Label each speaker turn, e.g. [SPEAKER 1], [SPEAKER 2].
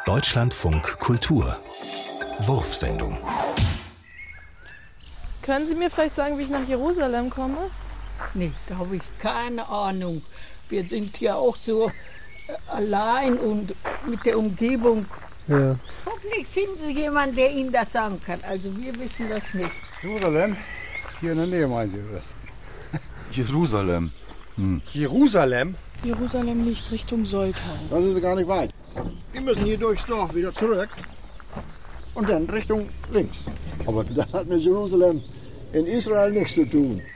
[SPEAKER 1] Deutschlandfunk Kultur Wurfsendung.
[SPEAKER 2] Können Sie mir vielleicht sagen, wie ich nach Jerusalem komme?
[SPEAKER 3] Nee, da habe ich keine Ahnung. Wir sind hier auch so allein und mit der Umgebung.
[SPEAKER 4] Ja.
[SPEAKER 3] Hoffentlich finden Sie jemanden, der Ihnen das sagen kann. Also wir wissen das nicht.
[SPEAKER 5] Jerusalem? Hier in der Nähe meinen Sie das?
[SPEAKER 6] Jerusalem.
[SPEAKER 4] Jerusalem?
[SPEAKER 2] Jerusalem liegt Richtung Soltau.
[SPEAKER 5] Das ist gar nicht weit. Wir müssen hier durchs Dorf wieder zurück und dann Richtung links. Aber das hat mit Jerusalem in Israel nichts zu tun.